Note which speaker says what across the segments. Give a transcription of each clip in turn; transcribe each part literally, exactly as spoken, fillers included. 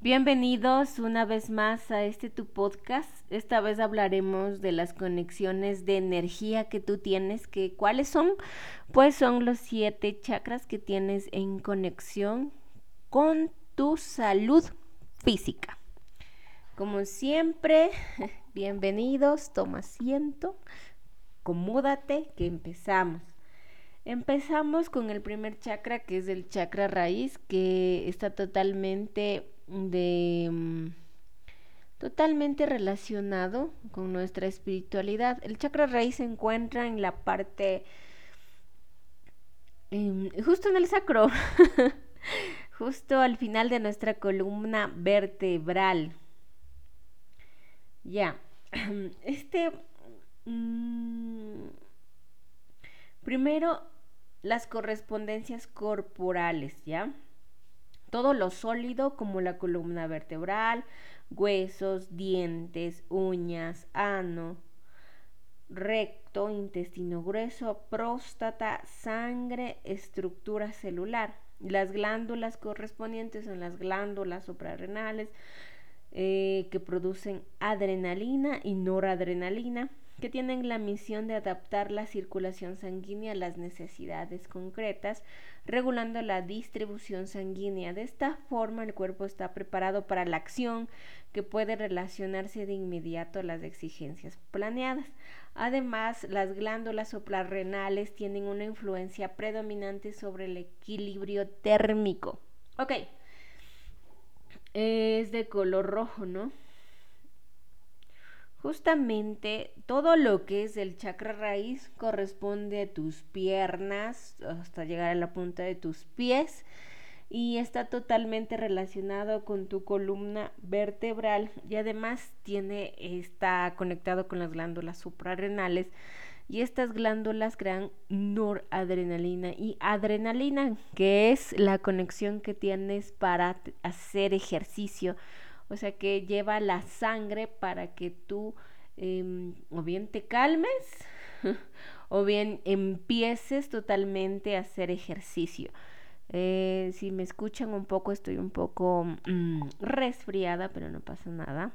Speaker 1: Bienvenidos una vez más a este tu podcast. Esta vez hablaremos de las conexiones de energía que tú tienes, que ¿cuáles son? Pues son los siete chakras que tienes en conexión con tu salud física. Como siempre, bienvenidos, toma asiento, acomódate, que empezamos. Empezamos con el primer chakra, que es el chakra raíz, que está totalmente de totalmente relacionado con nuestra espiritualidad. El chakra raíz se encuentra en la parte eh, justo en el sacro, justo al final de nuestra columna vertebral. Ya, este mmm, primero las correspondencias corporales, ¿ya? Todo lo sólido como la columna vertebral, huesos, dientes, uñas, ano, recto, intestino grueso, próstata, sangre, estructura celular. Las glándulas correspondientes son las glándulas suprarrenales eh, que producen adrenalina y noradrenalina, que tienen la misión de adaptar la circulación sanguínea a las necesidades concretas, regulando la distribución sanguínea. De esta forma, el cuerpo está preparado para la acción, que puede relacionarse de inmediato a las exigencias planeadas. Además, las glándulas suprarrenales tienen una influencia predominante sobre el equilibrio térmico. Ok, es de color rojo, ¿no? Justamente todo lo que es el chakra raíz corresponde a tus piernas hasta llegar a la punta de tus pies y está totalmente relacionado con tu columna vertebral y además tiene está conectado con las glándulas suprarrenales y estas glándulas crean noradrenalina y adrenalina, que es la conexión que tienes para hacer ejercicio. O sea que lleva la sangre para que tú eh, o bien te calmes o bien empieces totalmente a hacer ejercicio. Eh, si me escuchan un poco, estoy un poco mmm, resfriada, pero no pasa nada.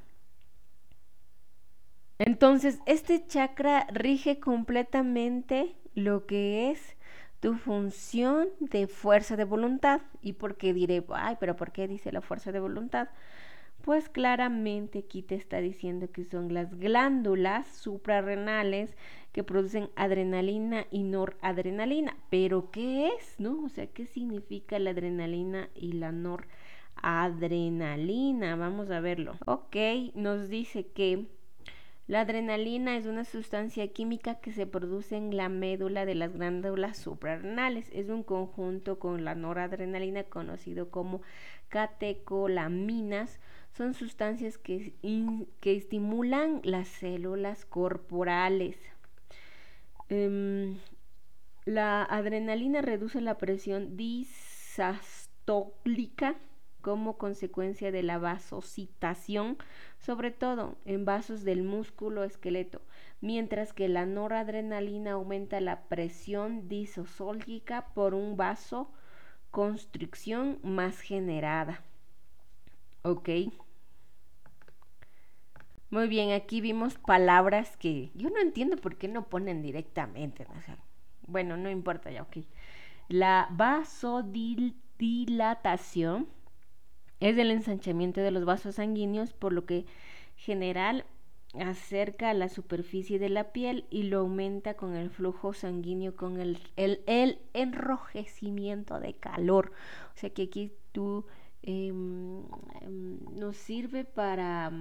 Speaker 1: Entonces, este chakra rige completamente lo que es tu función de fuerza de voluntad. ¿Y por qué diré, ay, pero por qué dice la fuerza de voluntad? Pues claramente aquí te está diciendo que son las glándulas suprarrenales que producen adrenalina y noradrenalina. ¿Pero qué es? ¿No? O sea, ¿qué significa la adrenalina y la noradrenalina? Vamos a verlo. Ok, nos dice que la adrenalina es una sustancia química que se produce en la médula de las glándulas suprarrenales. Es un conjunto con la noradrenalina conocido como catecolaminas. Son sustancias que, in, que estimulan las células corporales. Um, la adrenalina reduce la presión disastólica como consecuencia de la vasocitación, sobre todo en vasos del músculo esqueleto, mientras que la noradrenalina aumenta la presión disostólica por un vasoconstricción más generada. Ok. Muy bien, aquí vimos palabras que yo no entiendo por qué no ponen directamente. ¿No? O sea, bueno, no importa ya, ok. La vasodilatación es el ensanchamiento de los vasos sanguíneos, por lo que general acerca a la superficie de la piel y lo aumenta con el flujo sanguíneo, con el, el, el enrojecimiento de calor. O sea que aquí tú eh, eh, nos sirve para,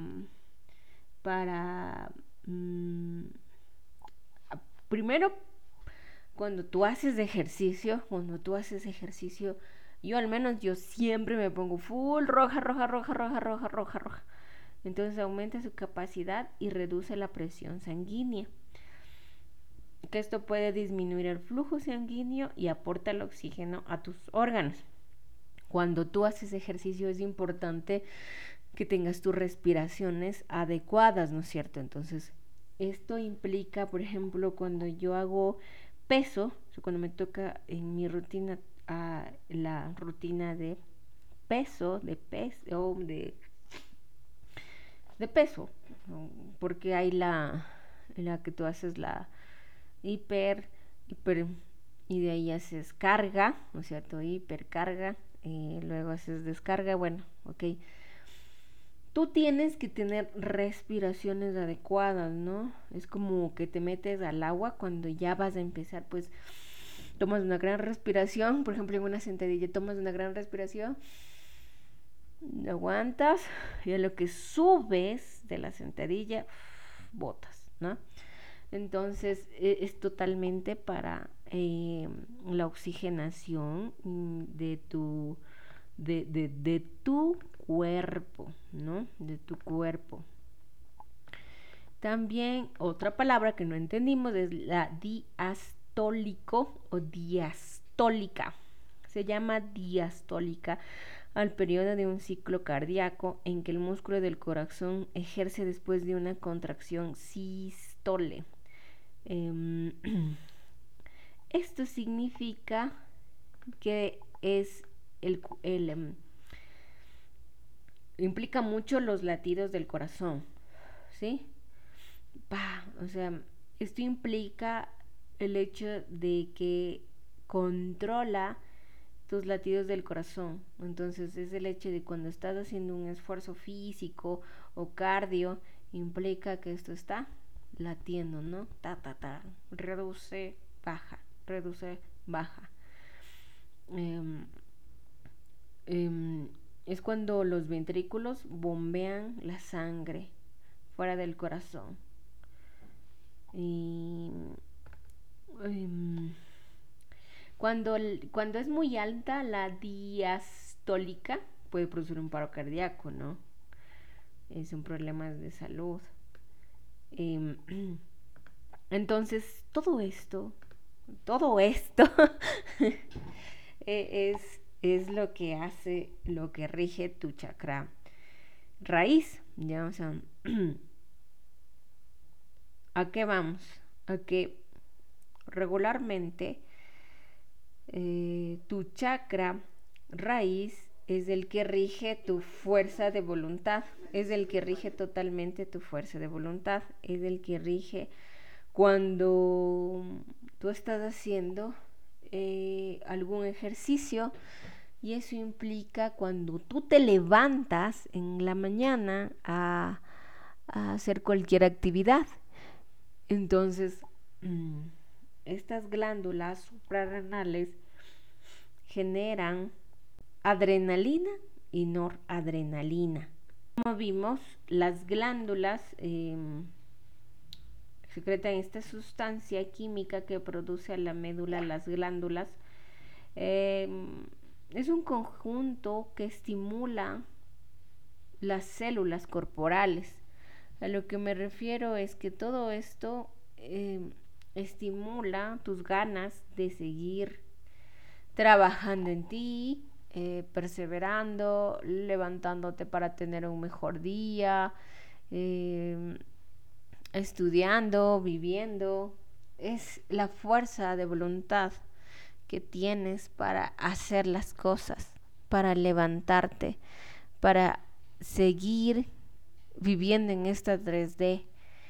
Speaker 1: para mmm, primero cuando tú haces ejercicio, cuando tú haces ejercicio, yo al menos yo siempre me pongo full roja, roja, roja, roja, roja, roja, roja. Entonces aumenta su capacidad y reduce la presión sanguínea. Que esto puede disminuir el flujo sanguíneo y aporta el oxígeno a tus órganos. Cuando tú haces ejercicio es importante que tengas tus respiraciones adecuadas, ¿no es cierto? Entonces, esto implica, por ejemplo, cuando yo hago peso, o sea, cuando me toca en mi rutina, uh, la rutina de peso, de peso, de, de peso, ¿no? Porque hay la, la que tú haces la hiper, hiper, y de ahí haces carga, ¿no es cierto? Hipercarga, y luego haces descarga, bueno, ok. Tú tienes que tener respiraciones adecuadas, ¿no? Es como que te metes al agua cuando ya vas a empezar, pues tomas una gran respiración, por ejemplo en una sentadilla tomas una gran respiración, aguantas y a lo que subes de la sentadilla, botas, ¿no? Entonces es totalmente para eh, la oxigenación de tu, de, de, de tu cuerpo, ¿no? De tu cuerpo. También otra palabra que no entendimos es la diastólico o diastólica. Se llama diastólica al periodo de un ciclo cardíaco en que el músculo del corazón ejerce después de una contracción sístole. Eh, esto significa que es el, el um, implica mucho los latidos del corazón, ¿sí? Bah, o sea, esto implica el hecho de que controla tus latidos del corazón. Entonces es el hecho de cuando estás haciendo un esfuerzo físico o cardio, implica que esto está latiendo, ¿no? Ta, ta, ta. Reduce, baja, reduce, baja. Eh, eh, es cuando los ventrículos bombean la sangre fuera del corazón. Y eh, cuando, cuando es muy alta la diastólica puede producir un paro cardíaco, ¿no? Son problemas de salud. Eh, entonces, todo esto, todo esto es, es lo que hace, lo que rige tu chakra raíz, ¿ya? O sea, ¿a qué vamos? A que regularmente eh, tu chakra raíz es el que rige tu fuerza de voluntad, es el que rige totalmente tu fuerza de voluntad, es el que rige cuando tú estás haciendo eh, algún ejercicio, y eso implica cuando tú te levantas en la mañana a, a hacer cualquier actividad. Entonces, mmm, estas glándulas suprarrenales generan adrenalina y noradrenalina. Como vimos, las glándulas eh, secretan esta sustancia química que produce a la médula las glándulas. Eh, es un conjunto que estimula las células corporales. A lo que me refiero es que todo esto eh, estimula tus ganas de seguir trabajando en ti, eh, perseverando, levantándote para tener un mejor día, eh, estudiando, viviendo. Es la fuerza de voluntad que tienes para hacer las cosas, para levantarte, para seguir viviendo en esta tres D.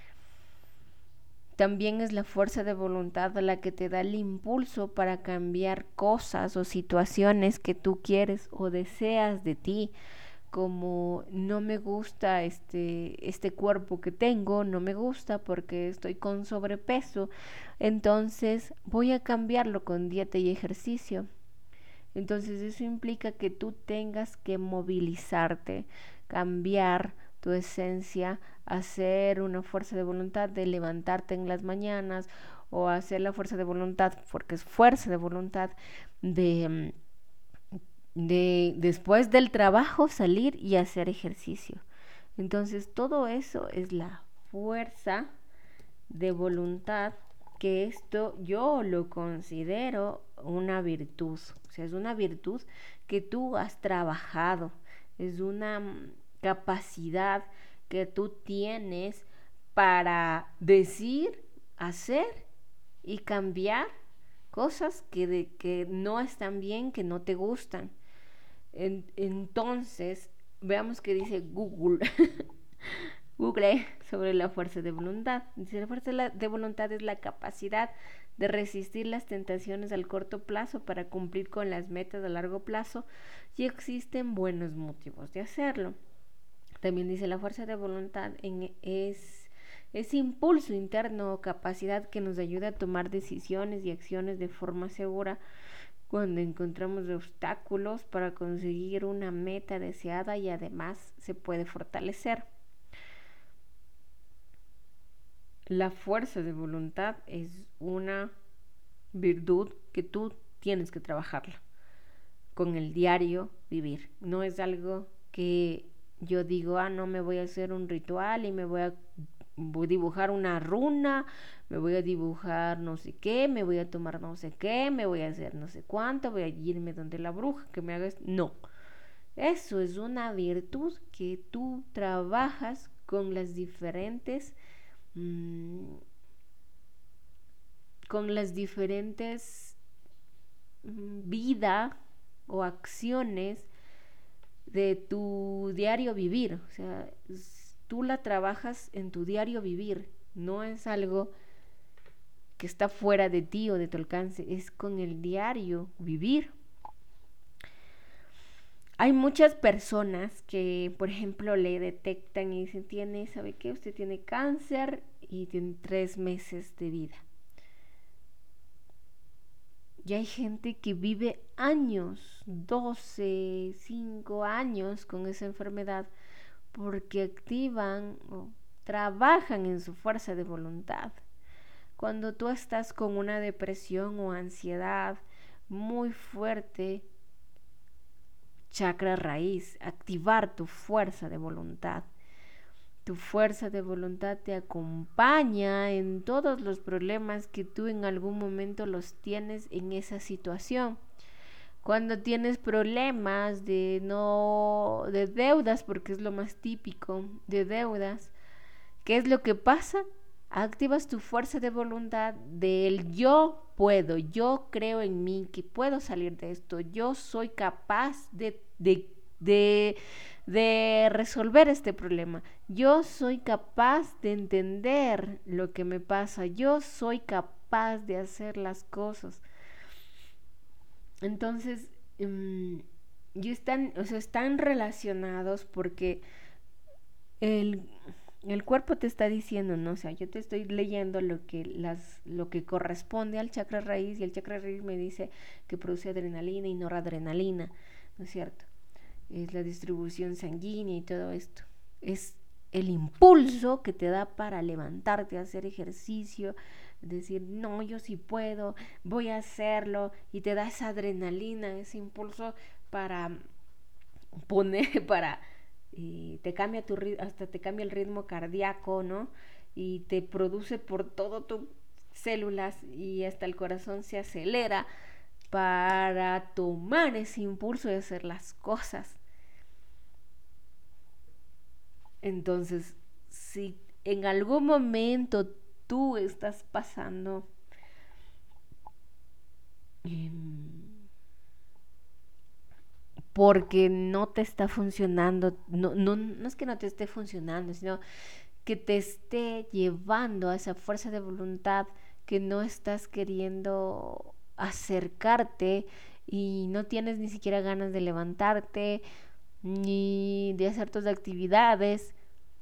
Speaker 1: También es la fuerza de voluntad la que te da el impulso para cambiar cosas o situaciones que tú quieres o deseas de ti, como no me gusta este, este cuerpo que tengo, no me gusta porque estoy con sobrepeso, entonces voy a cambiarlo con dieta y ejercicio. Entonces eso implica que tú tengas que movilizarte, cambiar tu esencia, hacer una fuerza de voluntad de levantarte en las mañanas, o hacer la fuerza de voluntad, porque es fuerza de voluntad de, de después del trabajo salir y hacer ejercicio. Entonces todo eso es la fuerza de voluntad, que esto yo lo considero una virtud. O sea, es una virtud que tú has trabajado, es una capacidad que tú tienes para decir, hacer y cambiar cosas que, de, que no están bien, que no te gustan. En, entonces, veamos qué dice Google. Google sobre la fuerza de voluntad. Dice, la fuerza de voluntad es la capacidad de resistir las tentaciones al corto plazo para cumplir con las metas a largo plazo, y existen buenos motivos de hacerlo. También dice, la fuerza de voluntad en, es ese impulso interno o capacidad que nos ayuda a tomar decisiones y acciones de forma segura cuando encontramos obstáculos para conseguir una meta deseada, y además se puede fortalecer. La fuerza de voluntad es una virtud que tú tienes que trabajarla con el diario vivir. No es algo que yo digo, ah, no, me voy a hacer un ritual y me voy a, voy a dibujar una runa, me voy a dibujar no sé qué, me voy a tomar no sé qué, me voy a hacer no sé cuánto, voy a irme donde la bruja que me haga esto. No, eso es una virtud que tú trabajas con las diferentes mmm, con las diferentes mmm, vida o acciones de tu diario vivir. O sea, tú la trabajas en tu diario vivir, no es algo que está fuera de ti o de tu alcance, es con el diario vivir. Hay muchas personas que, por ejemplo, le detectan y dicen, tiene, ¿sabe qué? Usted tiene cáncer y tiene tres meses de vida. Y hay gente que vive años, doce, cinco años con esa enfermedad, porque activan o trabajan en su fuerza de voluntad. Cuando tú estás con una depresión o ansiedad muy fuerte, chakra raíz, activar tu fuerza de voluntad. Tu fuerza de voluntad te acompaña en todos los problemas que tú en algún momento los tienes en esa situación. Cuando tienes problemas de no de deudas, porque es lo más típico, de deudas, ¿qué es lo que pasa? Activas tu fuerza de voluntad del yo puedo, yo creo en mí que puedo salir de esto, yo soy capaz de, de, de, de resolver este problema, yo soy capaz de entender lo que me pasa, yo soy capaz de hacer las cosas. Entonces, um, y están, o sea, están relacionados porque el, el cuerpo te está diciendo, ¿no? O sea, yo te estoy leyendo lo que, las, lo que corresponde al chakra raíz, y el chakra raíz me dice que produce adrenalina y noradrenalina, ¿no es cierto? Es la distribución sanguínea y todo esto. Es el impulso que te da para levantarte a hacer ejercicio, decir, no, yo sí puedo, voy a hacerlo, y te da esa adrenalina, ese impulso para poner, para, y te cambia tu ritmo, hasta te cambia el ritmo cardíaco, ¿no? Y te produce por todo tus células, y hasta el corazón se acelera para tomar ese impulso de hacer las cosas. Entonces, si en algún momento tú estás pasando eh, porque no te está funcionando, no, no, no es que no te esté funcionando, sino que te esté llevando a esa fuerza de voluntad que no estás queriendo acercarte, y no tienes ni siquiera ganas de levantarte ni de hacer tus actividades,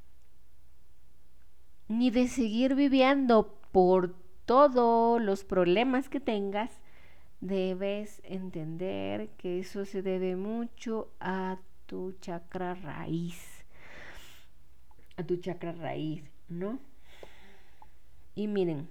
Speaker 1: ni de seguir viviendo por todos los problemas que tengas, debes entender que eso se debe mucho a tu chakra raíz, a tu chakra raíz, ¿no? Y miren,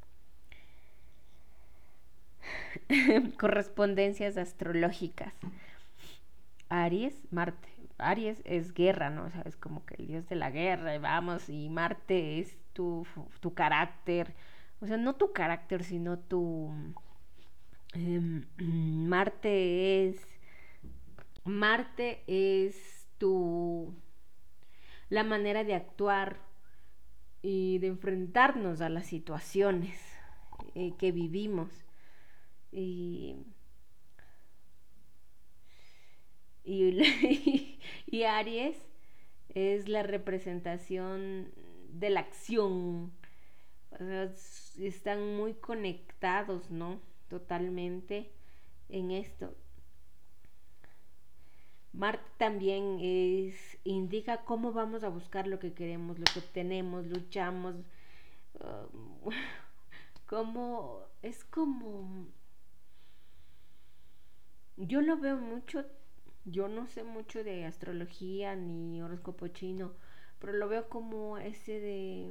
Speaker 1: correspondencias astrológicas. Aries, Marte. Aries es guerra, ¿no? O sea, es como que el dios de la guerra, y vamos, y Marte es tu, tu carácter. O sea, no tu carácter, sino tu... Eh, Marte es... Marte es tu... la manera de actuar y de enfrentarnos a las situaciones eh, que vivimos. Y... y, y Aries es la representación de la acción. O sea, están muy conectados, ¿no? Totalmente en esto. Marte también es, indica cómo vamos a buscar lo que queremos, lo que tenemos, luchamos. Uh, como, es como, yo lo veo mucho, yo no sé mucho de astrología ni horóscopo chino, pero lo veo como ese de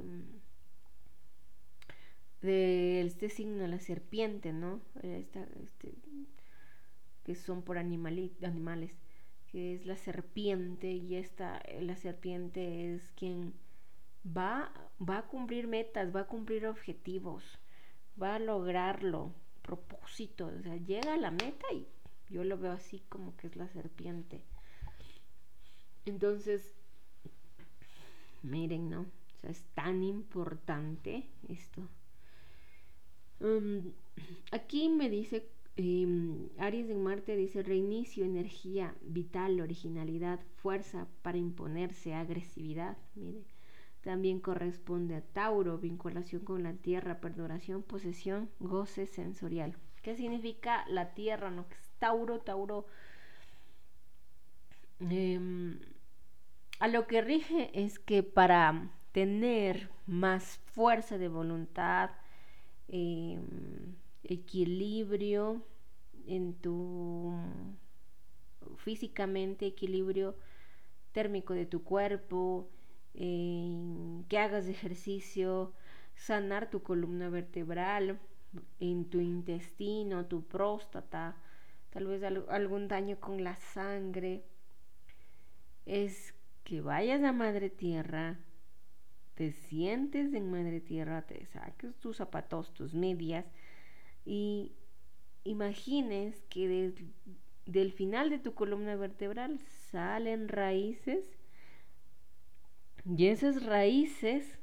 Speaker 1: de este signo, la serpiente, ¿no? Esta, este, que son por animali- animales, que es la serpiente, y esta, la serpiente es quien va, va a cumplir metas, va a cumplir objetivos, va a lograrlo, propósitos, o sea, llega a la meta y yo lo veo así como que es la serpiente. Entonces, miren, ¿no? O sea, es tan importante esto. Um, aquí me dice, eh, Aries en Marte dice reinicio, energía vital, originalidad, fuerza para imponerse, agresividad. Mire, también corresponde a Tauro, vinculación con la tierra, perduración, posesión, goce sensorial. ¿Qué significa la tierra? ¿No? ¿Qué es Tauro? Tauro eh, a lo que rige es que para tener más fuerza de voluntad, eh, equilibrio en tu físicamente, equilibrio térmico de tu cuerpo, eh, que hagas ejercicio, sanar tu columna vertebral, en tu intestino, tu próstata, tal vez algún daño con la sangre, es que vayas a Madre Tierra, te sientes en Madre Tierra, te saques tus zapatos, tus medias y imagines que de, del final de tu columna vertebral salen raíces y esas raíces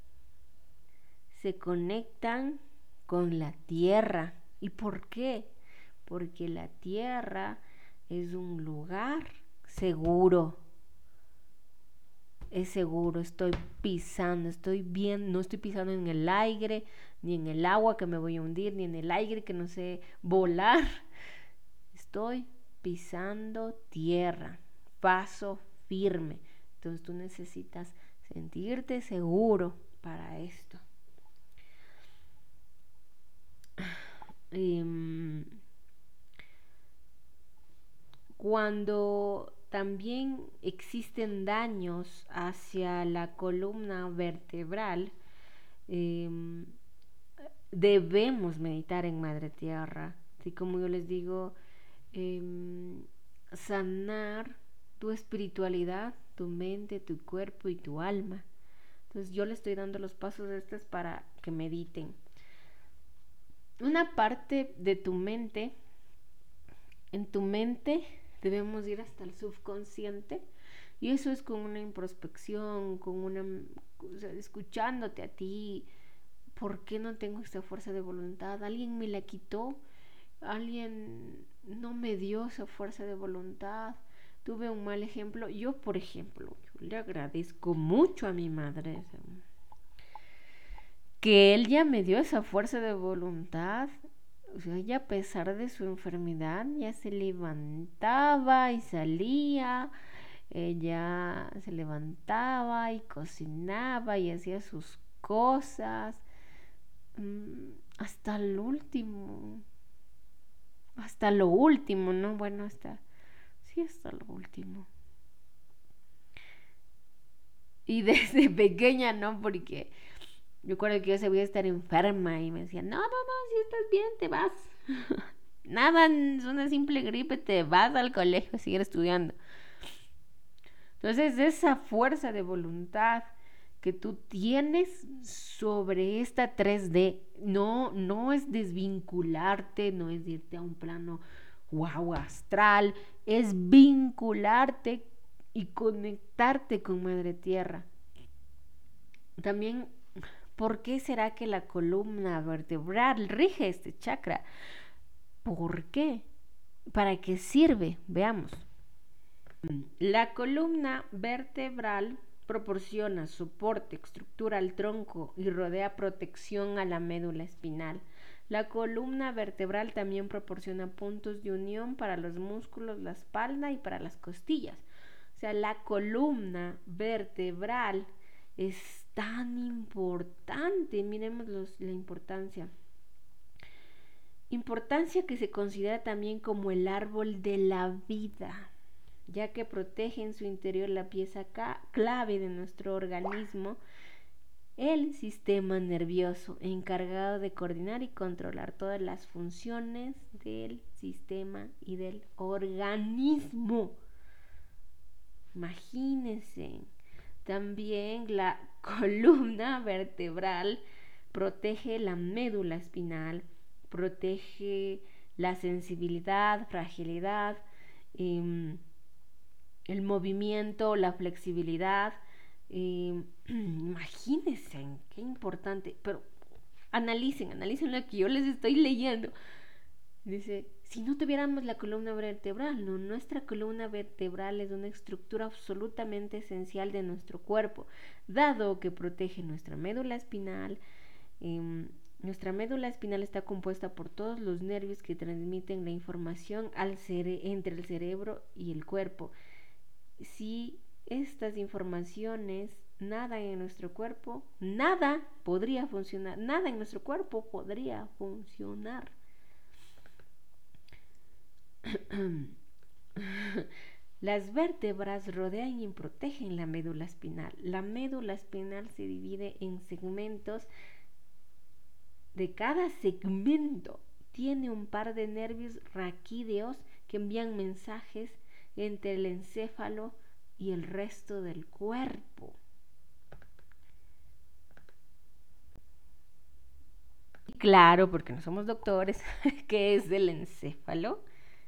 Speaker 1: se conectan con la tierra. ¿Y por qué? Porque la tierra es un lugar seguro. Es seguro, estoy pisando, estoy bien, no estoy pisando en el aire, ni en el agua que me voy a hundir, ni en el aire que no sé volar. Estoy pisando tierra, paso firme. Entonces tú necesitas sentirte seguro para esto. Um, cuando también existen daños hacia la columna vertebral, eh, debemos meditar en Madre Tierra. Así como yo les digo, eh, sanar tu espiritualidad, tu mente, tu cuerpo y tu alma. Entonces yo les estoy dando los pasos estos para que mediten. Una parte de tu mente, en tu mente debemos ir hasta el subconsciente, y eso es con una introspección, con una, o sea, escuchándote a ti. ¿Por qué no tengo esta fuerza de voluntad? ¿Alguien me la quitó? ¿Alguien no me dio esa fuerza de voluntad? Tuve un mal ejemplo. Yo, por ejemplo, yo le agradezco mucho a mi madre, o sea, que él ya me dio esa fuerza de voluntad. O sea, ella, a pesar de su enfermedad, ya se levantaba y salía. Ella se levantaba y cocinaba y hacía sus cosas. Mm, hasta el último. Hasta lo último, ¿no? Bueno, hasta... Sí, hasta lo último. Y desde pequeña, ¿no? Porque yo recuerdo que yo sabía estar enferma y me decían, no, no, no, si estás bien, te vas. Nada, es una simple gripe, te vas al colegio a seguir estudiando. Entonces, esa fuerza de voluntad que tú tienes sobre esta tres D, no, no es desvincularte, no es irte a un plano wow astral, es vincularte y conectarte con Madre Tierra. También, ¿por qué será que la columna vertebral rige este chakra? ¿Por qué? ¿Para qué sirve? Veamos. La columna vertebral proporciona soporte, estructura al tronco y rodea protección a la médula espinal. La columna vertebral también proporciona puntos de unión para los músculos, la espalda y para las costillas. O sea, la columna vertebral es tan importante. Miremos los, la importancia. Importancia que se considera también como el árbol de la vida, ya que protege en su interior la pieza clave de nuestro organismo, el sistema nervioso, encargado de coordinar y controlar todas las funciones del sistema y del organismo. Imagínense. También la columna vertebral protege la médula espinal, protege la sensibilidad, fragilidad, eh, el movimiento, la flexibilidad. Eh, imagínense qué importante, pero analicen, analicen lo que yo les estoy leyendo. Dice, si no tuviéramos la columna vertebral, no, nuestra columna vertebral es una estructura absolutamente esencial de nuestro cuerpo, dado que protege nuestra médula espinal. Eh, nuestra médula espinal está compuesta por todos los nervios que transmiten la información al cere- entre el cerebro y el cuerpo. Si estas informaciones, nada en nuestro cuerpo, nada podría funcionar, nada en nuestro cuerpo podría funcionar. Las vértebras rodean y protegen la médula espinal. La médula espinal se divide en segmentos. De cada segmento tiene un par de nervios raquídeos que envían mensajes entre el encéfalo y el resto del cuerpo. Y claro, porque no somos doctores, ¿qué es el encéfalo?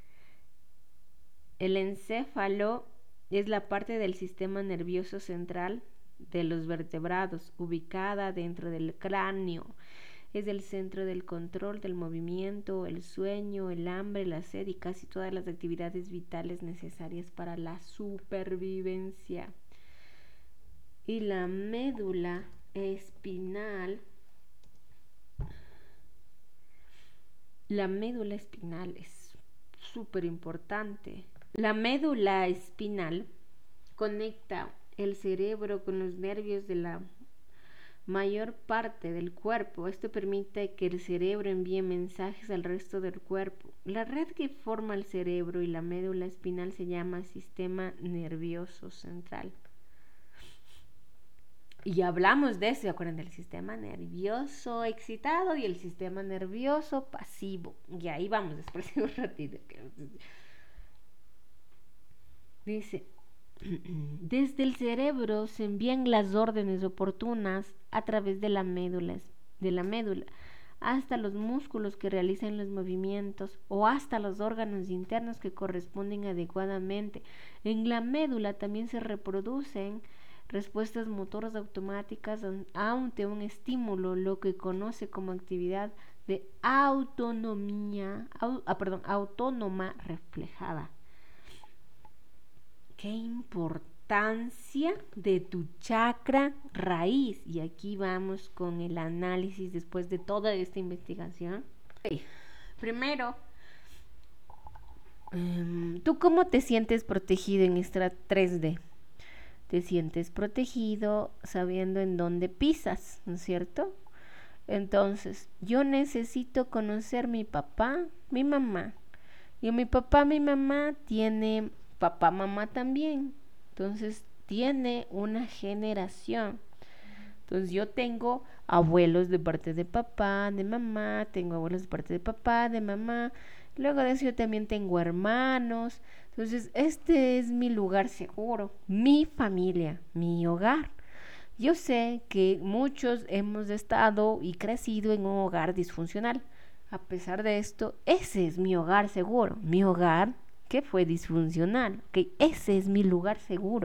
Speaker 1: El encéfalo es la parte del sistema nervioso central de los vertebrados, ubicada dentro del cráneo. Es el centro del control del movimiento, el sueño, el hambre, la sed y casi todas las actividades vitales necesarias para la supervivencia. Y la médula espinal, la médula espinal es súper importante. La médula espinal conecta el cerebro con los nervios de la mayor parte del cuerpo. Esto permite que el cerebro envíe mensajes al resto del cuerpo. La red que forma el cerebro y la médula espinal se llama sistema nervioso central. Y hablamos de eso, ¿se acuerdan? Del sistema nervioso excitado y el sistema nervioso pasivo. Y ahí vamos después de un ratito. Dice, desde el cerebro se envían las órdenes oportunas a través de la médula, de la médula hasta los músculos que realizan los movimientos o hasta los órganos internos que corresponden adecuadamente. En la médula también se reproducen respuestas motoras automáticas ante un estímulo, lo que conoce como actividad de autonomía, au, ah, perdón, autónoma reflejada. Qué importancia de tu chakra raíz. Y aquí vamos con el análisis después de toda esta investigación. Okay. Primero, um, ¿tú cómo te sientes protegido en esta tres D? Te sientes protegido sabiendo en dónde pisas, ¿no es cierto? Entonces, yo necesito conocer mi papá, mi mamá. Y mi papá, mi mamá tiene papá, mamá también. Entonces, tiene una generación. Entonces, yo tengo abuelos de parte de papá, de mamá, tengo abuelos de parte de papá, de mamá. Luego de eso yo también tengo hermanos. Entonces, este es mi lugar seguro, mi familia, mi hogar. Yo sé que muchos hemos estado y crecido en un hogar disfuncional. A pesar de esto, ese es mi hogar seguro. Mi hogar que fue disfuncional. Okay, ese es mi lugar seguro.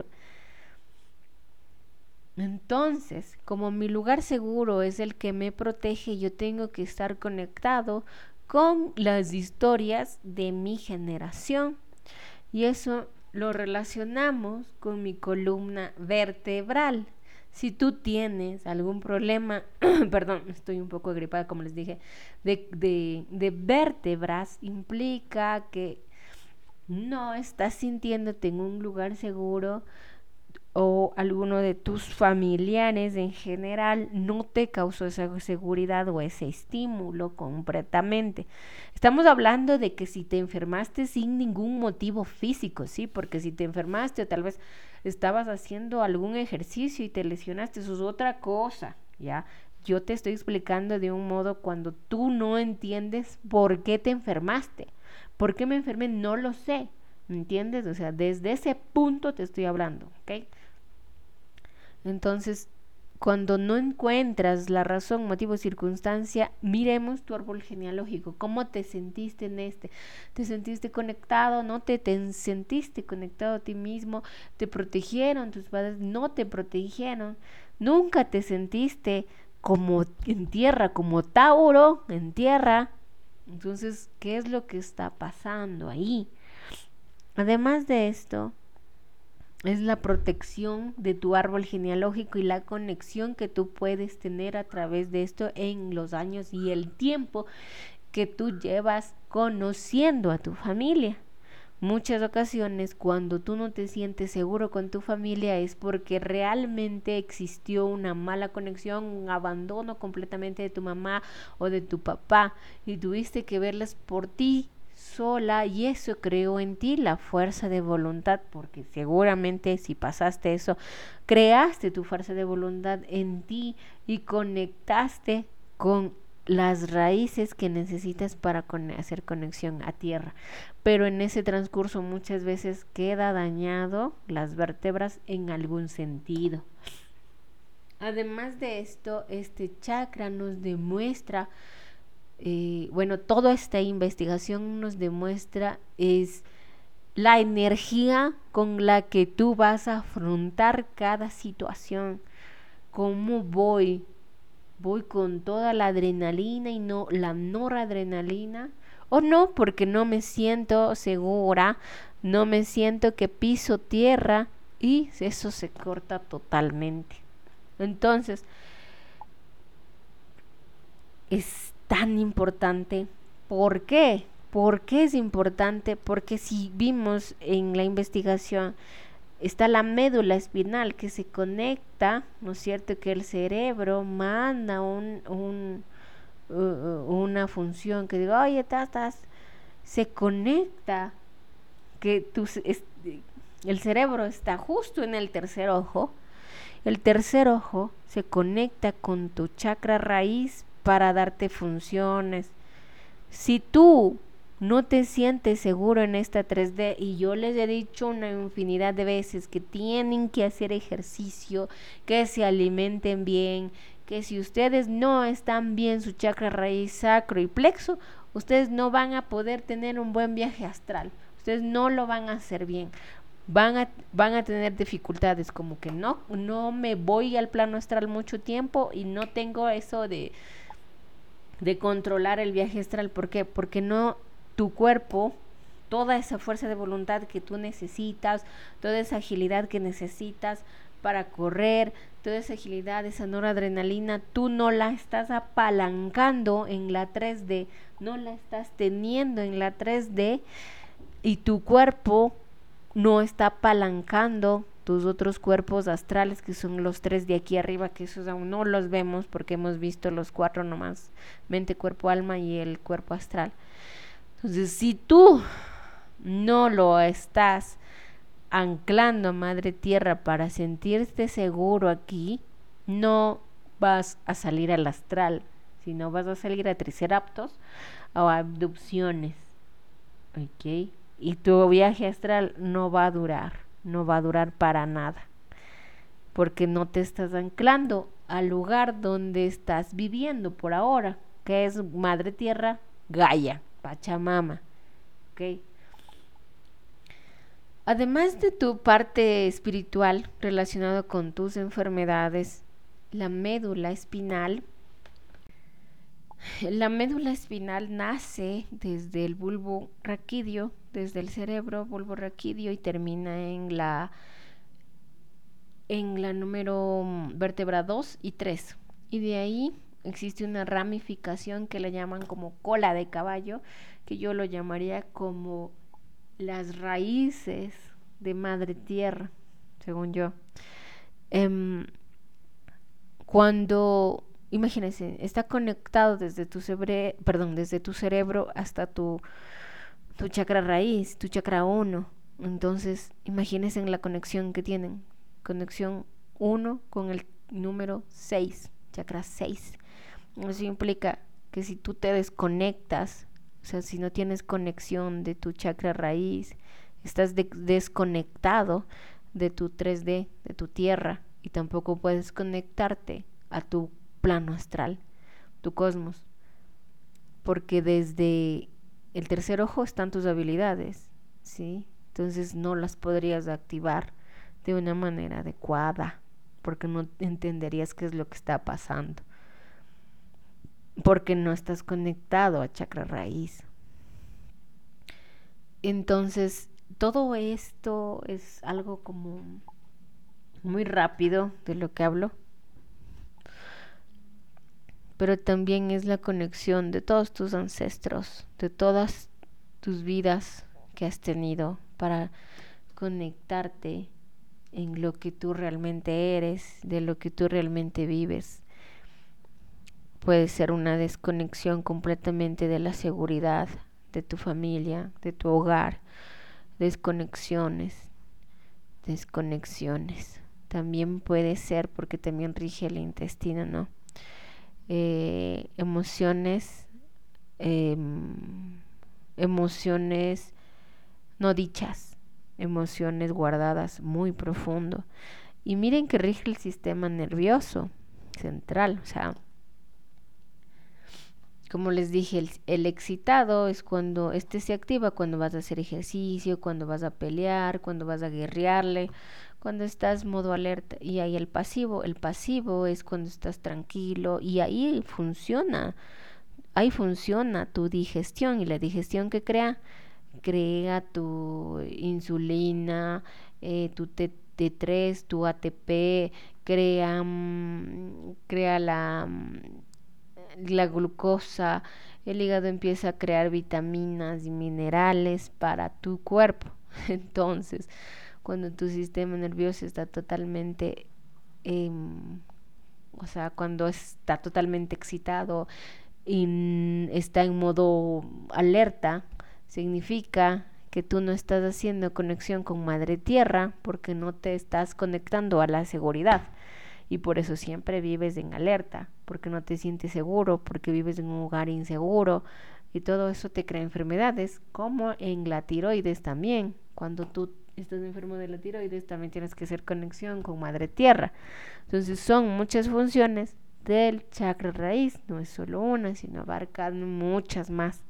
Speaker 1: Entonces, como mi lugar seguro es el que me protege, yo tengo que estar conectado con las historias de mi generación. Y eso lo relacionamos con mi columna vertebral. Si tú tienes algún problema, perdón, estoy un poco agripada, como les dije, de, de, de vértebras, implica que no estás sintiéndote en un lugar seguro, o alguno de tus familiares en general no te causó esa seguridad o ese estímulo completamente. Estamos hablando de que si te enfermaste sin ningún motivo físico, ¿sí? Porque si te enfermaste o tal vez estabas haciendo algún ejercicio y te lesionaste, eso es otra cosa, ¿ya? Yo te estoy explicando de un modo cuando tú no entiendes por qué te enfermaste. ¿Por qué me enfermé? No lo sé, ¿me entiendes? O sea, desde ese punto te estoy hablando, ¿ok? Entonces, cuando no encuentras la razón, motivo, circunstancia, miremos tu árbol genealógico. ¿Cómo te sentiste en este? ¿Te sentiste conectado? ¿No te, te sentiste conectado a ti mismo? ¿Te protegieron tus padres? ¿No te protegieron? ¿Nunca te sentiste como en tierra, como Tauro en tierra? Entonces, ¿qué es lo que está pasando ahí? Además de esto, es la protección de tu árbol genealógico y la conexión que tú puedes tener a través de esto en los años y el tiempo que tú llevas conociendo a tu familia. Muchas ocasiones cuando tú no te sientes seguro con tu familia es porque realmente existió una mala conexión, un abandono completamente de tu mamá o de tu papá y tuviste que verlas por ti sola, y eso creó en ti la fuerza de voluntad, porque seguramente si pasaste eso, creaste tu fuerza de voluntad en ti y conectaste con las raíces que necesitas para con- hacer conexión a tierra. Pero en ese transcurso muchas veces queda dañado las vértebras en algún sentido. Además de esto, este chakra nos demuestra, eh, bueno, toda esta investigación nos demuestra es la energía con la que tú vas a afrontar cada situación. ¿Cómo voy? Voy con toda la adrenalina y no la noradrenalina, o no, porque no me siento segura, no me siento que piso tierra, y eso se corta totalmente. Entonces, es tan importante. ¿Por qué? ¿Por qué es importante? Porque si vimos en la investigación, está la médula espinal que se conecta, ¿no es cierto? Que el cerebro manda un, un, uh, una función que diga, oye, estás, se conecta, que tu, es, el cerebro está justo en el tercer ojo. El tercer ojo se conecta con tu chakra raíz para darte funciones. Si tú no te sientes seguro en esta tres D, y yo les he dicho una infinidad de veces que tienen que hacer ejercicio, que se alimenten bien, que si ustedes no están bien su chakra raíz, sacro y plexo, ustedes no van a poder tener un buen viaje astral, ustedes no lo van a hacer bien. Van a, van a tener dificultades, como que no, no me voy al plano astral mucho tiempo y no tengo eso de, de controlar el viaje astral. ¿Por qué? Porque no, tu cuerpo, toda esa fuerza de voluntad que tú necesitas, toda esa agilidad que necesitas para correr, toda esa agilidad, esa noradrenalina, tú no la estás apalancando en la tres D, no la estás teniendo en la tres D, y tu cuerpo no está apalancando tus otros cuerpos astrales, que son los tres de aquí arriba, que esos aún no los vemos porque hemos visto los cuatro nomás: mente, cuerpo, alma y el cuerpo astral. Entonces, si tú no lo estás anclando a madre tierra para sentirte seguro aquí, no vas a salir al astral, sino vas a salir a triceraptos o a abducciones, ¿ok? Y tu viaje astral no va a durar, no va a durar para nada, porque no te estás anclando al lugar donde estás viviendo por ahora, que es madre tierra, Gaia, Pachamama, ¿ok? Además de tu parte espiritual relacionada con tus enfermedades, la médula espinal La médula espinal nace desde el bulbo raquídeo, desde el cerebro, bulbo raquídeo, y termina en la en la número mm, vértebra dos y tres. Y de ahí existe una ramificación que le llaman como cola de caballo, que yo lo llamaría como las raíces de madre tierra, según yo. Em, cuando, imagínense, está conectado desde tu cebre, perdón, desde tu cerebro hasta tu, tu chakra raíz, tu chakra uno. Entonces, imagínense en la conexión que tienen. Conexión uno con el número seis, chakra seis. Eso implica que si tú te desconectas, o sea, si no tienes conexión de tu chakra raíz, estás de- desconectado de tu tres D, de tu tierra, y tampoco puedes conectarte a tu plano astral, tu cosmos, porque desde el tercer ojo están tus habilidades, ¿sí? Entonces no las podrías activar de una manera adecuada, porque no entenderías qué es lo que está pasando, porque no estás conectado a chakra raíz. Entonces, todo esto es algo como muy rápido de lo que hablo, pero también es la conexión de todos tus ancestros, de todas tus vidas que has tenido para conectarte en lo que tú realmente eres, de lo que tú realmente vives. Puede ser una desconexión completamente de la seguridad de tu familia, de tu hogar, desconexiones, desconexiones. También puede ser porque también rige el intestino, ¿no? Eh, emociones, eh, emociones no dichas, emociones guardadas muy profundo. Y miren que rige el sistema nervioso central, o sea, como les dije, el, el excitado es cuando este se activa cuando vas a hacer ejercicio, cuando vas a pelear, cuando vas a guerrearle, cuando estás modo alerta. Y ahí el pasivo, el pasivo es cuando estás tranquilo y ahí funciona, ahí funciona tu digestión. Y la digestión que crea, crea tu insulina, eh, tu T tres, tu A T P, crea, mm, crea la, mm, la glucosa, el hígado empieza a crear vitaminas y minerales para tu cuerpo. Entonces, cuando tu sistema nervioso está totalmente, eh, o sea, cuando está totalmente excitado y está en modo alerta, significa que tú no estás haciendo conexión con Madre Tierra porque no te estás conectando a la seguridad. Y por eso siempre vives en alerta, porque no te sientes seguro, porque vives en un lugar inseguro, y todo eso te crea enfermedades, como en la tiroides también. Cuando tú estás enfermo de la tiroides, también tienes que hacer conexión con Madre Tierra. Entonces son muchas funciones del chakra raíz, no es solo una, sino abarca muchas más.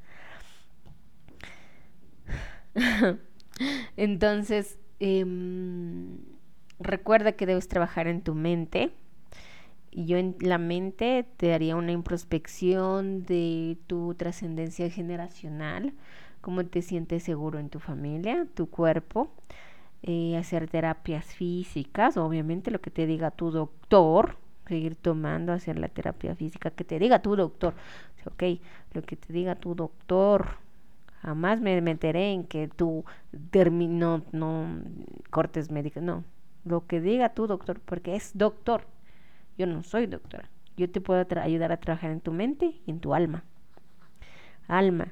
Speaker 1: Entonces, eh, recuerda que debes trabajar en tu mente. Y yo en la mente te haría una introspección de tu trascendencia generacional, cómo te sientes seguro en tu familia, tu cuerpo, eh, hacer terapias físicas, obviamente lo que te diga tu doctor, seguir tomando, hacer la terapia física que te diga tu doctor, ok, lo que te diga tu doctor. Jamás me meteré en que tú termino, no, no cortes médicos, no, lo que diga tu doctor, porque es doctor. Yo no soy doctora. Yo te puedo tra- ayudar a trabajar en tu mente y en tu alma. Alma.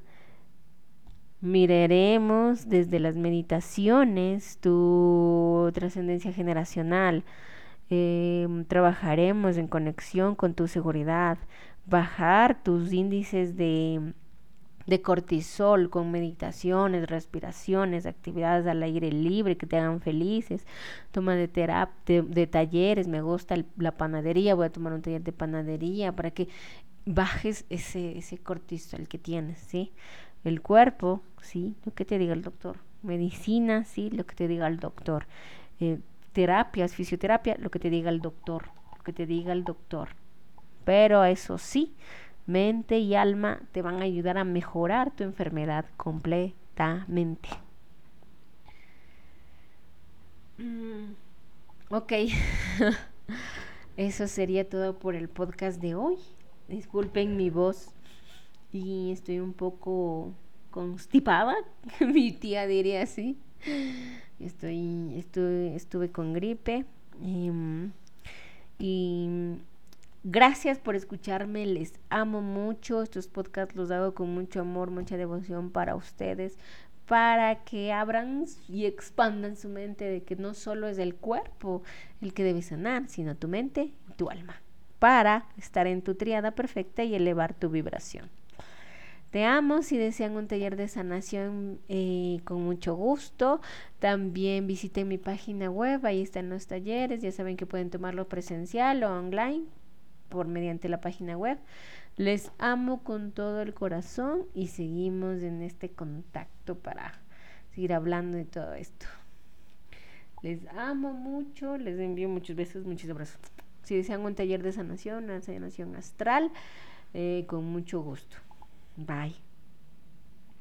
Speaker 1: Miraremos desde las meditaciones tu trascendencia generacional. Eh, trabajaremos en conexión con tu seguridad. Bajar tus índices de de cortisol con meditaciones, respiraciones, actividades al aire libre que te hagan felices, toma de terapia, de, de talleres, me gusta el, la panadería, voy a tomar un taller de panadería para que bajes ese, ese cortisol que tienes, ¿sí? El cuerpo, sí, lo que te diga el doctor. Medicina, sí, lo que te diga el doctor. Eh, terapias, fisioterapia, lo que te diga el doctor, lo que te diga el doctor. Pero eso sí, mente y alma te van a ayudar a mejorar tu enfermedad completamente. Mm, ok, eso sería todo por el podcast de hoy. Disculpen mi voz y estoy un poco constipada, mi tía diría así. Estoy, estuve, estuve con gripe. Y, y gracias por escucharme, les amo mucho. Estos podcasts los hago con mucho amor, mucha devoción para ustedes, para que abran y expandan su mente de que no solo es el cuerpo el que debe sanar, sino tu mente y tu alma, para estar en tu tríada perfecta y elevar tu vibración. Te amo. Si desean un taller de sanación, eh, con mucho gusto. También visiten mi página web, ahí están los talleres. Ya saben que pueden tomarlo presencial o online por mediante la página web. Les amo con todo el corazón y seguimos en este contacto para seguir hablando de todo esto. Les amo mucho, les envío muchos besos, muchos abrazos. Si desean un taller de sanación, una sanación astral, eh, con mucho gusto. Bye.